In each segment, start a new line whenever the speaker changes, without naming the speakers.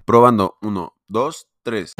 Probando, 1, 2, 3.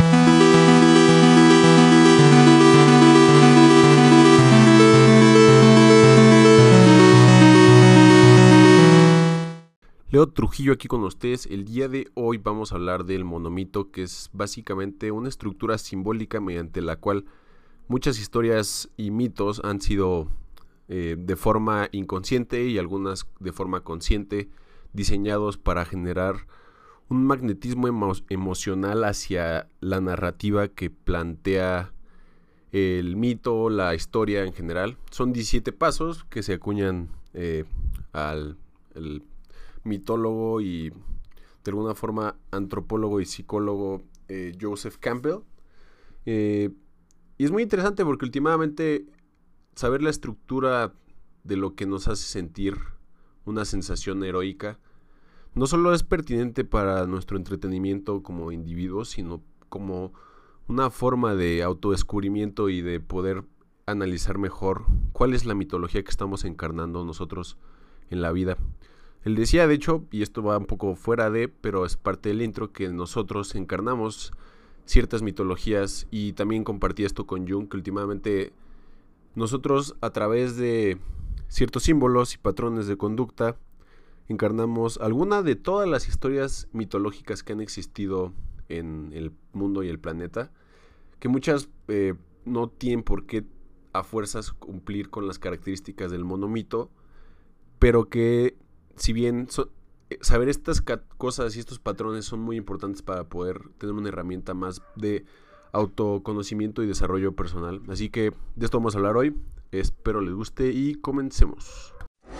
Leo Trujillo aquí con ustedes. El día de hoy vamos a hablar del monomito, que es básicamente una estructura simbólica mediante la cual muchas historias y mitos han sido de forma inconsciente y algunas de forma consciente diseñados para generar un magnetismo emocional hacia la narrativa que plantea el mito, la historia en general. Son 17 pasos que se acuñan al mitólogo y de alguna forma antropólogo y psicólogo Joseph Campbell. Y es muy interesante porque últimamente saber la estructura de lo que nos hace sentir una sensación heroica no solo es pertinente para nuestro entretenimiento como individuos, sino como una forma de autodescubrimiento y de poder analizar mejor cuál es la mitología que estamos encarnando nosotros en la vida. Él decía, de hecho, y esto va un poco fuera de, pero es parte del intro, que nosotros encarnamos ciertas mitologías, y también compartí esto con Jung, que últimamente nosotros a través de ciertos símbolos y patrones de conducta encarnamos alguna de todas las historias mitológicas que han existido en el mundo y el planeta, que muchas no tienen por qué a fuerzas cumplir con las características del monomito, pero que si bien saber estas cosas y estos patrones son muy importantes para poder tener una herramienta más de autoconocimiento y desarrollo personal. Así que de esto vamos a hablar hoy. Espero les guste y comencemos.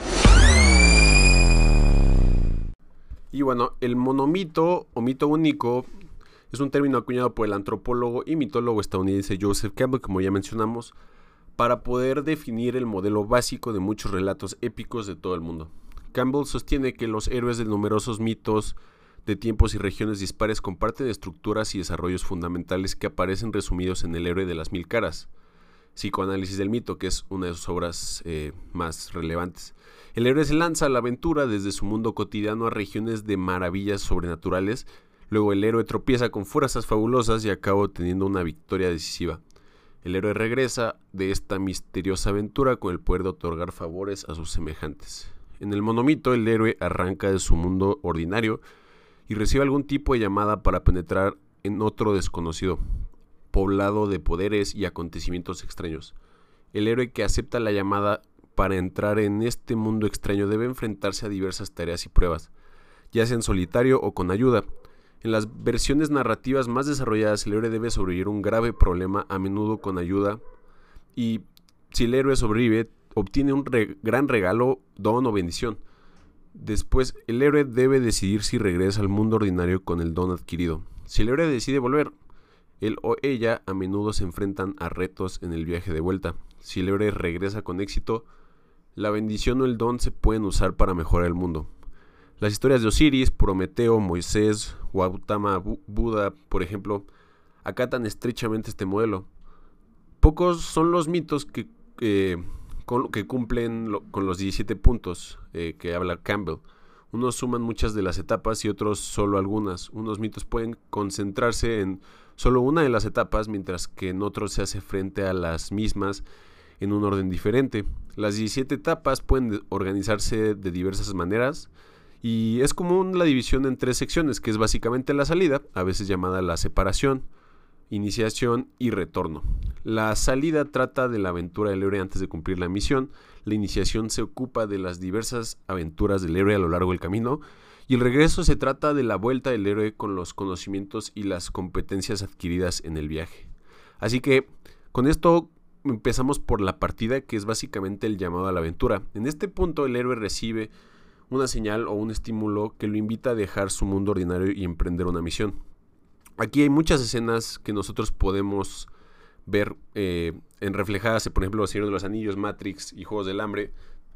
Y bueno, el monomito o mito único es un término acuñado por el antropólogo y mitólogo estadounidense Joseph Campbell, como ya mencionamos, para poder definir el modelo básico de muchos relatos épicos de todo el mundo. Campbell sostiene que los héroes de numerosos mitos de tiempos y regiones dispares comparten estructuras y desarrollos fundamentales que aparecen resumidos en El héroe de las mil caras, Psicoanálisis del mito, que es una de sus obras más relevantes. El héroe se lanza a la aventura desde su mundo cotidiano a regiones de maravillas sobrenaturales. Luego el héroe tropieza con fuerzas fabulosas y acaba teniendo una victoria decisiva. El héroe regresa de esta misteriosa aventura con el poder de otorgar favores a sus semejantes. En el monomito, el héroe arranca de su mundo ordinario y recibe algún tipo de llamada para penetrar en otro desconocido, poblado de poderes y acontecimientos extraños. El héroe que acepta la llamada para entrar en este mundo extraño debe enfrentarse a diversas tareas y pruebas, ya sea en solitario o con ayuda. En las versiones narrativas más desarrolladas, el héroe debe sobrevivir un grave problema, a menudo con ayuda, y si el héroe sobrevive, obtiene un gran regalo, don o bendición. Después, el héroe debe decidir si regresa al mundo ordinario con el don adquirido. Si el héroe decide volver, él o ella a menudo se enfrentan a retos en el viaje de vuelta. Si el héroe regresa con éxito, la bendición o el don se pueden usar para mejorar el mundo. Las historias de Osiris, Prometeo, Moisés, Gautama, Buda, por ejemplo, acatan estrechamente este modelo. Pocos son los mitos que cumplen con los 17 puntos que habla Campbell. Unos suman muchas de las etapas y otros solo algunas. Unos mitos pueden concentrarse en solo una de las etapas, mientras que en otros se hace frente a las mismas en un orden diferente. Las 17 etapas pueden organizarse de diversas maneras y es común la división en 3 secciones, que es básicamente la salida, a veces llamada la separación, iniciación y retorno. La salida trata de la aventura del héroe antes de cumplir la misión. La iniciación se ocupa de las diversas aventuras del héroe a lo largo del camino. Y el regreso se trata de la vuelta del héroe con los conocimientos y las competencias adquiridas en el viaje. Así que con esto empezamos por la partida, que es básicamente el llamado a la aventura. En este punto el héroe recibe una señal o un estímulo que lo invita a dejar su mundo ordinario y emprender una misión. Aquí hay muchas escenas que nosotros podemos ver en reflejadas, por ejemplo, Señor de los Anillos, Matrix y Juegos del Hambre.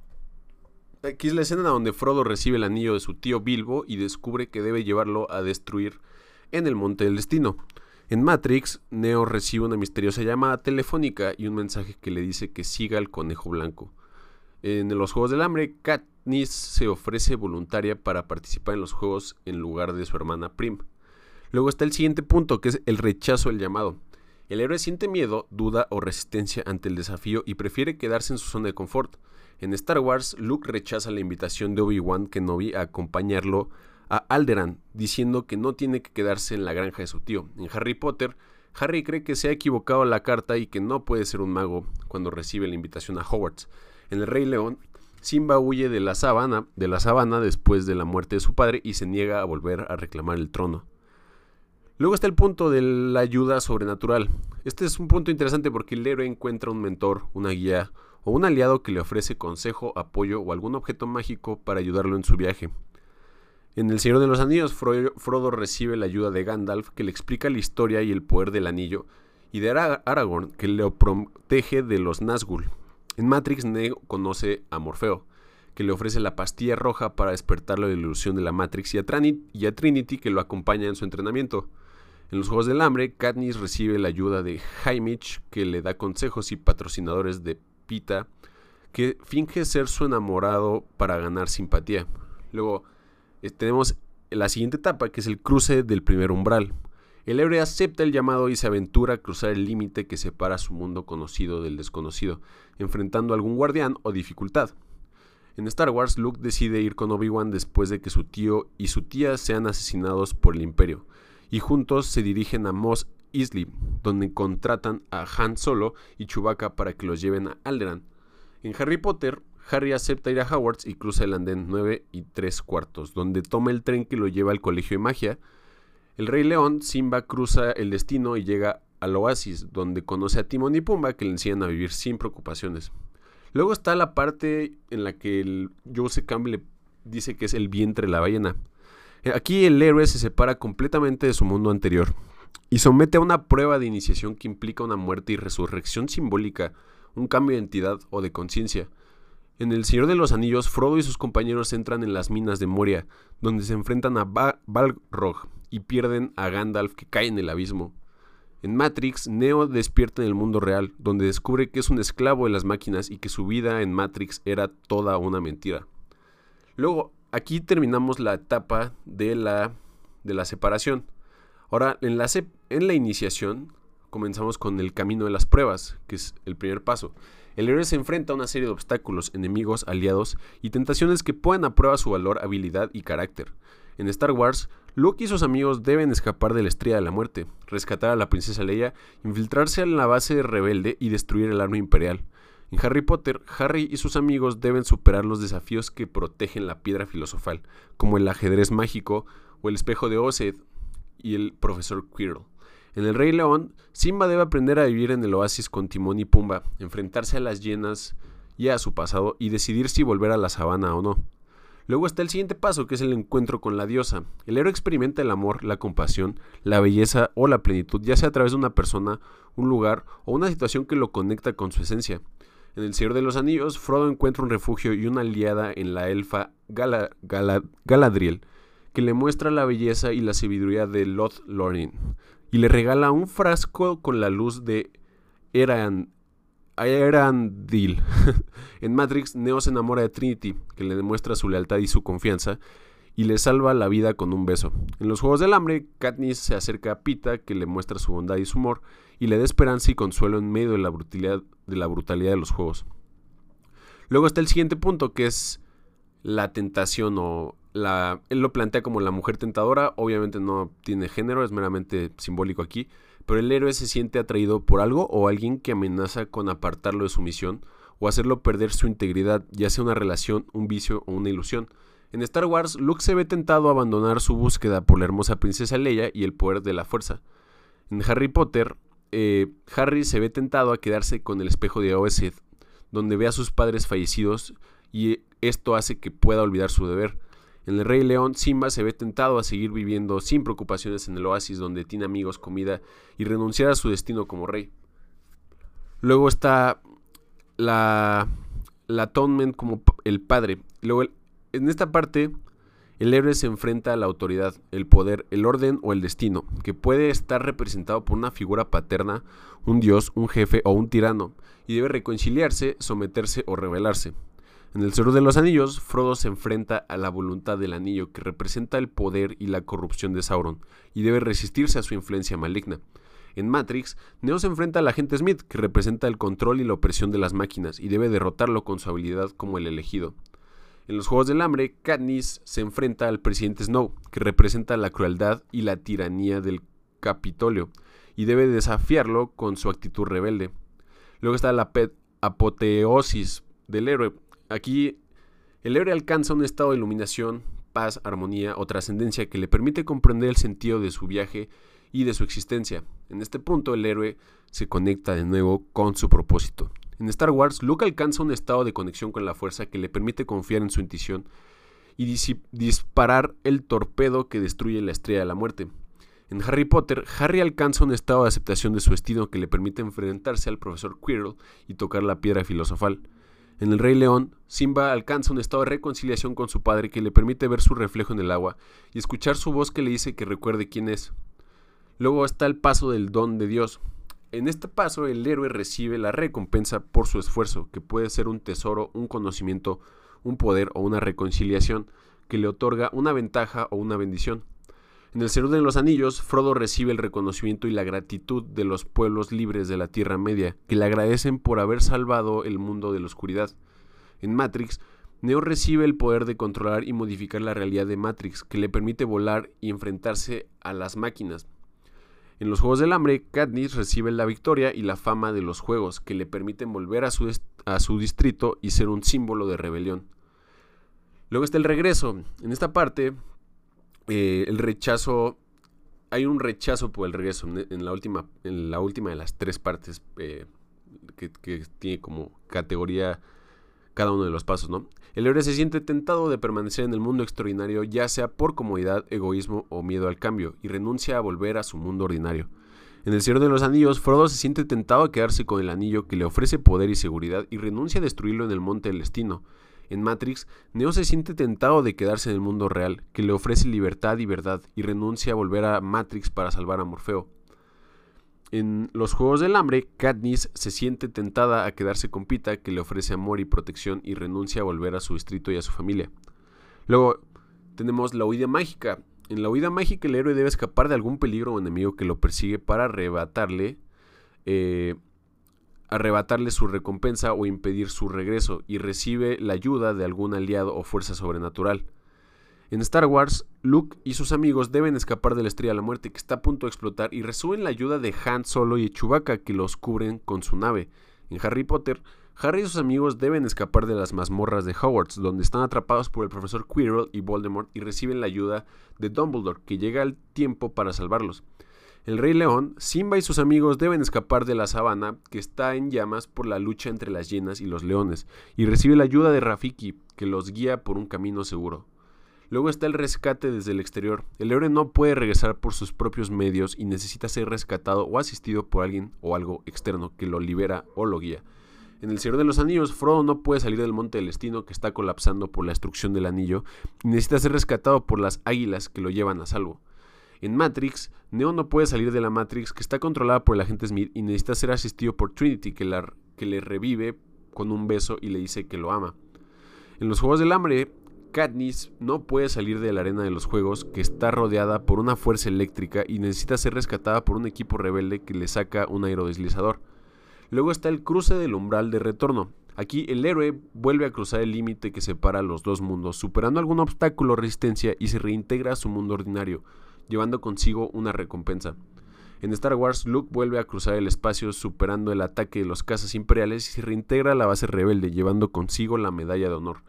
Aquí es la escena donde Frodo recibe el anillo de su tío Bilbo y descubre que debe llevarlo a destruir en el Monte del Destino. En Matrix, Neo recibe una misteriosa llamada telefónica y un mensaje que le dice que siga al conejo blanco. En los Juegos del Hambre, Katniss se ofrece voluntaria para participar en los juegos en lugar de su hermana Prim. Luego está el siguiente punto, que es el rechazo al llamado. El héroe siente miedo, duda o resistencia ante el desafío y prefiere quedarse en su zona de confort. En Star Wars, Luke rechaza la invitación de Obi-Wan Kenobi a acompañarlo a Alderaan, diciendo que no tiene que quedarse en la granja de su tío. En Harry Potter, Harry cree que se ha equivocado la carta y que no puede ser un mago cuando recibe la invitación a Hogwarts. En El Rey León, Simba huye de la sabana después de la muerte de su padre y se niega a volver a reclamar el trono. Luego está el punto de la ayuda sobrenatural. Este es un punto interesante porque el héroe encuentra un mentor, una guía o un aliado que le ofrece consejo, apoyo o algún objeto mágico para ayudarlo en su viaje. En El Señor de los Anillos, Frodo recibe la ayuda de Gandalf, que le explica la historia y el poder del anillo, y de Aragorn, que le protege de los Nazgûl. En Matrix, Neo conoce a Morfeo, que le ofrece la pastilla roja para despertarlo de la ilusión de la Matrix, y a Trinity, que lo acompaña en su entrenamiento. En los Juegos del Hambre, Katniss recibe la ayuda de Haymitch, que le da consejos y patrocinadores de Pita, que finge ser su enamorado para ganar simpatía. Luego tenemos la siguiente etapa, que es el cruce del primer umbral. El héroe acepta el llamado y se aventura a cruzar el límite que separa su mundo conocido del desconocido, enfrentando a algún guardián o dificultad. En Star Wars, Luke decide ir con Obi-Wan después de que su tío y su tía sean asesinados por el Imperio, y juntos se dirigen a Mos Eisley, donde contratan a Han Solo y Chewbacca para que los lleven a Alderaan. En Harry Potter, Harry acepta ir a Hogwarts y cruza el andén 9 3/4, donde toma el tren que lo lleva al Colegio de Magia. El Rey León, Simba cruza el destino y llega al Oasis, donde conoce a Timón y Pumba, que le enseñan a vivir sin preocupaciones. Luego está la parte en la que el Joseph Campbell dice que es el vientre de la ballena. Aquí el héroe se separa completamente de su mundo anterior y somete a una prueba de iniciación que implica una muerte y resurrección simbólica, un cambio de identidad o de conciencia. En El Señor de los Anillos, Frodo y sus compañeros entran en las minas de Moria, donde se enfrentan a Balrog y pierden a Gandalf, que cae en el abismo. En Matrix, Neo despierta en el mundo real, donde descubre que es un esclavo de las máquinas y que su vida en Matrix era toda una mentira. Luego, aquí terminamos la etapa de la separación. Ahora, en la iniciación, comenzamos con el camino de las pruebas, que es el primer paso. El héroe se enfrenta a una serie de obstáculos, enemigos, aliados y tentaciones que ponen a prueba su valor, habilidad y carácter. En Star Wars, Luke y sus amigos deben escapar de la Estrella de la Muerte, rescatar a la princesa Leia, infiltrarse en la base rebelde y destruir el arma imperial. En Harry Potter, Harry y sus amigos deben superar los desafíos que protegen la piedra filosofal, como el ajedrez mágico o el espejo de Oz y el profesor Quirrell. En El Rey León, Simba debe aprender a vivir en el oasis con Timón y Pumba, enfrentarse a las hienas y a su pasado y decidir si volver a la sabana o no. Luego está el siguiente paso, que es el encuentro con la diosa. El héroe experimenta el amor, la compasión, la belleza o la plenitud, ya sea a través de una persona, un lugar o una situación que lo conecta con su esencia. En El Señor de los Anillos, Frodo encuentra un refugio y una aliada en la elfa Galadriel, que le muestra la belleza y la sabiduría de Lothlórien, y le regala un frasco con la luz de Erendil. En Matrix, Neo se enamora de Trinity, que le demuestra su lealtad y su confianza, y le salva la vida con un beso. En los Juegos del Hambre, Katniss se acerca a Pita, que le muestra su bondad y su humor, y le da esperanza y consuelo en medio de la brutalidad de los juegos. Luego está el siguiente punto, que es la tentación él lo plantea como la mujer tentadora. Obviamente no tiene género, es meramente simbólico aquí, pero el héroe se siente atraído por algo o alguien que amenaza con apartarlo de su misión o hacerlo perder su integridad, ya sea una relación, un vicio o una ilusión. En Star Wars, Luke se ve tentado a abandonar su búsqueda por la hermosa princesa Leia y el poder de la fuerza. En Harry Potter, Harry se ve tentado a quedarse con el espejo de Oz, donde ve a sus padres fallecidos y esto hace que pueda olvidar su deber. En El Rey León, Simba se ve tentado a seguir viviendo sin preocupaciones en el oasis donde tiene amigos, comida y renunciar a su destino como rey. Luego está la Atonement como el padre. Luego, en esta parte, el héroe se enfrenta a la autoridad, el poder, el orden o el destino, que puede estar representado por una figura paterna, un dios, un jefe o un tirano, y debe reconciliarse, someterse o rebelarse. En El Señor de los Anillos, Frodo se enfrenta a la voluntad del anillo, que representa el poder y la corrupción de Sauron, y debe resistirse a su influencia maligna. En Matrix, Neo se enfrenta al agente Smith, que representa el control y la opresión de las máquinas, y debe derrotarlo con su habilidad como el elegido. En los Juegos del Hambre, Katniss se enfrenta al presidente Snow, que representa la crueldad y la tiranía del Capitolio, y debe desafiarlo con su actitud rebelde. Luego está la apoteosis del héroe. Aquí, el héroe alcanza un estado de iluminación, paz, armonía o trascendencia que le permite comprender el sentido de su viaje y de su existencia. En este punto, el héroe se conecta de nuevo con su propósito. En Star Wars, Luke alcanza un estado de conexión con la fuerza que le permite confiar en su intuición y disparar el torpedo que destruye la Estrella de la Muerte. En Harry Potter, Harry alcanza un estado de aceptación de su destino que le permite enfrentarse al profesor Quirrell y tocar la piedra filosofal. En El Rey León, Simba alcanza un estado de reconciliación con su padre que le permite ver su reflejo en el agua y escuchar su voz que le dice que recuerde quién es. Luego está el paso del don de Dios. En este paso, el héroe recibe la recompensa por su esfuerzo, que puede ser un tesoro, un conocimiento, un poder o una reconciliación, que le otorga una ventaja o una bendición. En El Señor de los Anillos, Frodo recibe el reconocimiento y la gratitud de los pueblos libres de la Tierra Media, que le agradecen por haber salvado el mundo de la oscuridad. En Matrix, Neo recibe el poder de controlar y modificar la realidad de Matrix, que le permite volar y enfrentarse a las máquinas. En los Juegos del Hambre, Katniss recibe la victoria y la fama de los juegos, que le permiten volver a su distrito y ser un símbolo de rebelión. Luego está el regreso. En esta parte, el rechazo, hay un rechazo por el regreso en la última de las tres partes que tiene como categoría cada uno de los pasos, ¿no? El héroe se siente tentado de permanecer en el mundo extraordinario, ya sea por comodidad, egoísmo o miedo al cambio, y renuncia a volver a su mundo ordinario. En El Señor de los Anillos, Frodo se siente tentado a quedarse con el anillo que le ofrece poder y seguridad y renuncia a destruirlo en el Monte del Destino. En Matrix, Neo se siente tentado de quedarse en el mundo real, que le ofrece libertad y verdad, y renuncia a volver a Matrix para salvar a Morfeo. En los Juegos del Hambre, Katniss se siente tentada a quedarse con Pita, que le ofrece amor y protección, y renuncia a volver a su distrito y a su familia. Luego tenemos la huida mágica. En la huida mágica, el héroe debe escapar de algún peligro o enemigo que lo persigue para arrebatarle su recompensa o impedir su regreso, y recibe la ayuda de algún aliado o fuerza sobrenatural. En Star Wars, Luke y sus amigos deben escapar de la Estrella de la Muerte, que está a punto de explotar, y reciben la ayuda de Han Solo y Chewbacca, que los cubren con su nave. En Harry Potter, Harry y sus amigos deben escapar de las mazmorras de Hogwarts, donde están atrapados por el profesor Quirrell y Voldemort, y reciben la ayuda de Dumbledore, que llega al tiempo para salvarlos. En El Rey León, Simba y sus amigos deben escapar de la sabana, que está en llamas por la lucha entre las hienas y los leones, y recibe la ayuda de Rafiki, que los guía por un camino seguro. Luego está el rescate desde el exterior. El héroe no puede regresar por sus propios medios y necesita ser rescatado o asistido por alguien o algo externo que lo libera o lo guía. En El Señor de los Anillos, Frodo no puede salir del Monte del Destino, que está colapsando por la destrucción del anillo, y necesita ser rescatado por las águilas que lo llevan a salvo. En Matrix, Neo no puede salir de la Matrix, que está controlada por el agente Smith, y necesita ser asistido por Trinity, que le revive con un beso y le dice que lo ama. En los Juegos del Hambre, Katniss no puede salir de la arena de los juegos, que está rodeada por una fuerza eléctrica y necesita ser rescatada por un equipo rebelde que le saca un aerodeslizador. Luego está el cruce del umbral de retorno. Aquí el héroe vuelve a cruzar el límite que separa los dos mundos, superando algún obstáculo o resistencia, y se reintegra a su mundo ordinario, llevando consigo una recompensa. En Star Wars, Luke vuelve a cruzar el espacio superando el ataque de los cazas imperiales y se reintegra a la base rebelde, llevando consigo la medalla de honor.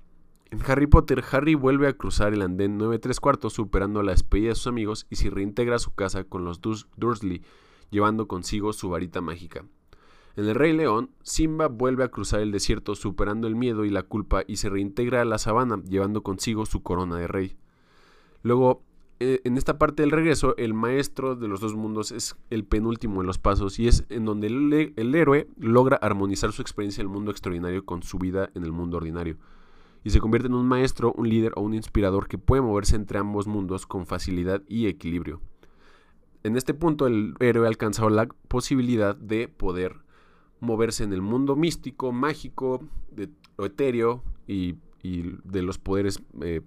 En Harry Potter, Harry vuelve a cruzar el andén 9 3/4 superando la despedida de sus amigos y se reintegra a su casa con los Dursley, llevando consigo su varita mágica. En El Rey León, Simba vuelve a cruzar el desierto superando el miedo y la culpa y se reintegra a la sabana, llevando consigo su corona de rey. Luego, en esta parte del regreso, el maestro de los dos mundos es el penúltimo de los pasos y es en donde el héroe logra armonizar su experiencia en el mundo extraordinario con su vida en el mundo ordinario, y se convierte en un maestro, un líder o un inspirador que puede moverse entre ambos mundos con facilidad y equilibrio. En este punto, el héroe ha alcanzado la posibilidad de poder moverse en el mundo místico, mágico, lo etéreo y de los poderes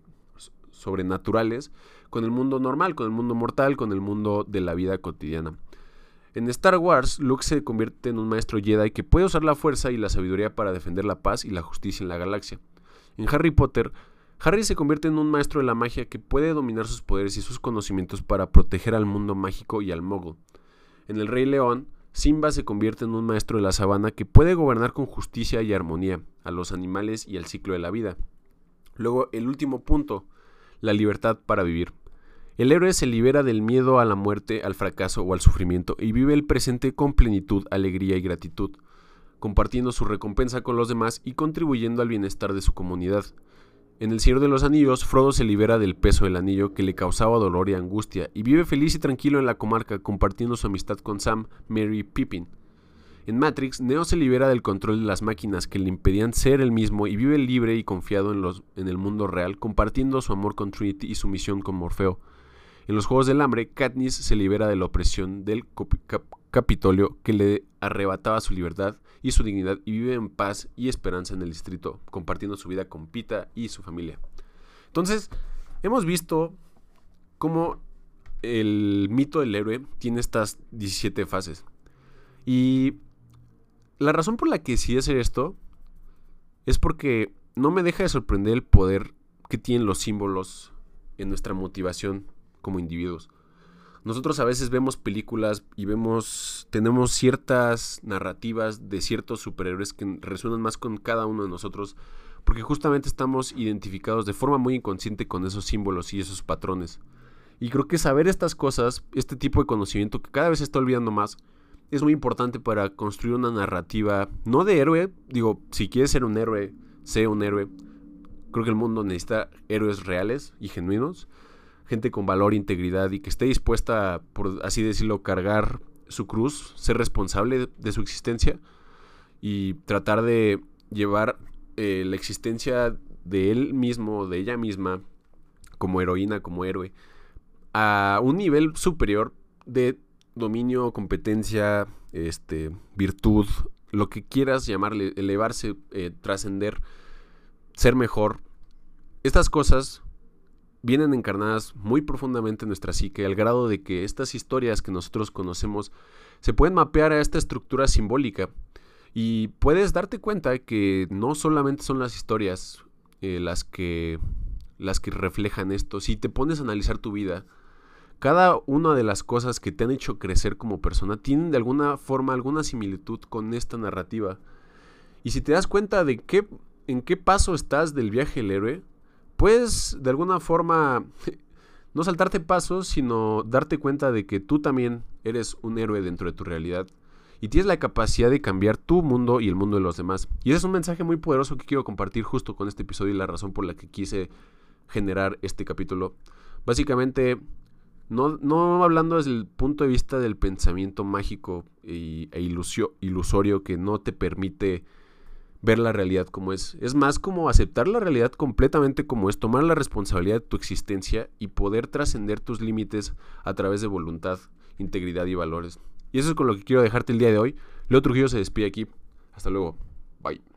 sobrenaturales con el mundo normal, con el mundo mortal, con el mundo de la vida cotidiana. En Star Wars, Luke se convierte en un maestro Jedi que puede usar la fuerza y la sabiduría para defender la paz y la justicia en la galaxia. En Harry Potter, Harry se convierte en un maestro de la magia que puede dominar sus poderes y sus conocimientos para proteger al mundo mágico y al Mogul. En El Rey León, Simba se convierte en un maestro de la sabana que puede gobernar con justicia y armonía a los animales y el ciclo de la vida. Luego, el último punto, la libertad para vivir. El héroe se libera del miedo a la muerte, al fracaso o al sufrimiento y vive el presente con plenitud, alegría y gratitud, compartiendo su recompensa con los demás y contribuyendo al bienestar de su comunidad. En El Señor de los Anillos, Frodo se libera del peso del anillo que le causaba dolor y angustia y vive feliz y tranquilo en la comarca compartiendo su amistad con Sam, Merry y Pippin. En Matrix, Neo se libera del control de las máquinas que le impedían ser él mismo y vive libre y confiado en el mundo real, compartiendo su amor con Trinity y su misión con Morfeo. En los Juegos del Hambre, Katniss se libera de la opresión del Capitolio que le arrebataba su libertad y su dignidad y vive en paz y esperanza en el distrito, compartiendo su vida con Pita y su familia. Entonces, hemos visto cómo el mito del héroe tiene estas 17 fases. Y la razón por la que decidí hacer esto es porque no me deja de sorprender el poder que tienen los símbolos en nuestra motivación como individuos. Nosotros a veces vemos películas y tenemos ciertas narrativas de ciertos superhéroes que resuenan más con cada uno de nosotros porque justamente estamos identificados de forma muy inconsciente con esos símbolos y esos patrones. Y creo que saber estas cosas, este tipo de conocimiento que cada vez se está olvidando más, es muy importante para construir una narrativa, no de héroe, digo, si quieres ser un héroe, sé un héroe. Creo que el mundo necesita héroes reales y genuinos, gente con valor, integridad y que esté dispuesta, por así decirlo, cargar su cruz, ser responsable de su existencia y tratar de llevar la existencia de él mismo, de ella misma, como heroína, como héroe, a un nivel superior de dominio, competencia, virtud, lo que quieras llamarle, elevarse, trascender, ser mejor. Estas cosas vienen encarnadas muy profundamente en nuestra psique, al grado de que estas historias que nosotros conocemos se pueden mapear a esta estructura simbólica. Y puedes darte cuenta que no solamente son las historias las que reflejan esto. Si te pones a analizar tu vida, cada una de las cosas que te han hecho crecer como persona tienen de alguna forma alguna similitud con esta narrativa. Y si te das cuenta de en qué paso estás del viaje del héroe, puedes de alguna forma no saltarte pasos, sino darte cuenta de que tú también eres un héroe dentro de tu realidad y tienes la capacidad de cambiar tu mundo y el mundo de los demás. Y ese es un mensaje muy poderoso que quiero compartir justo con este episodio y la razón por la que quise generar este capítulo. Básicamente, no hablando desde el punto de vista del pensamiento mágico e ilusorio que no te permite ver la realidad como es. Es más como aceptar la realidad completamente como es, tomar la responsabilidad de tu existencia y poder trascender tus límites a través de voluntad, integridad y valores. Y eso es con lo que quiero dejarte el día de hoy. Leo Trujillo se despide aquí. Hasta luego. Bye.